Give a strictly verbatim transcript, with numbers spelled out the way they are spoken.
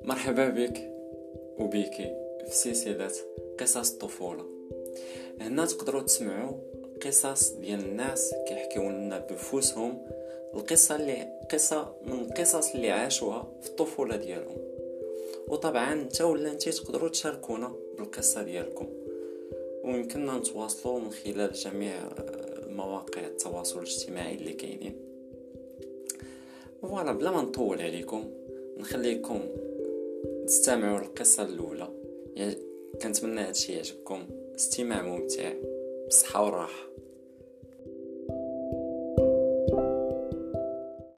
مرحبا بك وبيك في سلسلة قصص الطفولة. هنا تقدروا تسمعوا قصص ديال الناس كيحكيو لنا بنفسهم القصة اللي قصة من القصص اللي عاشوها في الطفولة ديالهم، وطبعا نتا ولا نتي تقدروا تشاركونا بالقصة ديالكم، ويمكننا نتواصلوا من خلال جميع مواقع التواصل الاجتماعي اللي كاينين. فوالا، بلا ما نطول عليكم نخليكم تستمعوا للقصة الأولى. يعني كنتمنى هادشي يعجبكم. استماع ممتع، بصحة وراحة.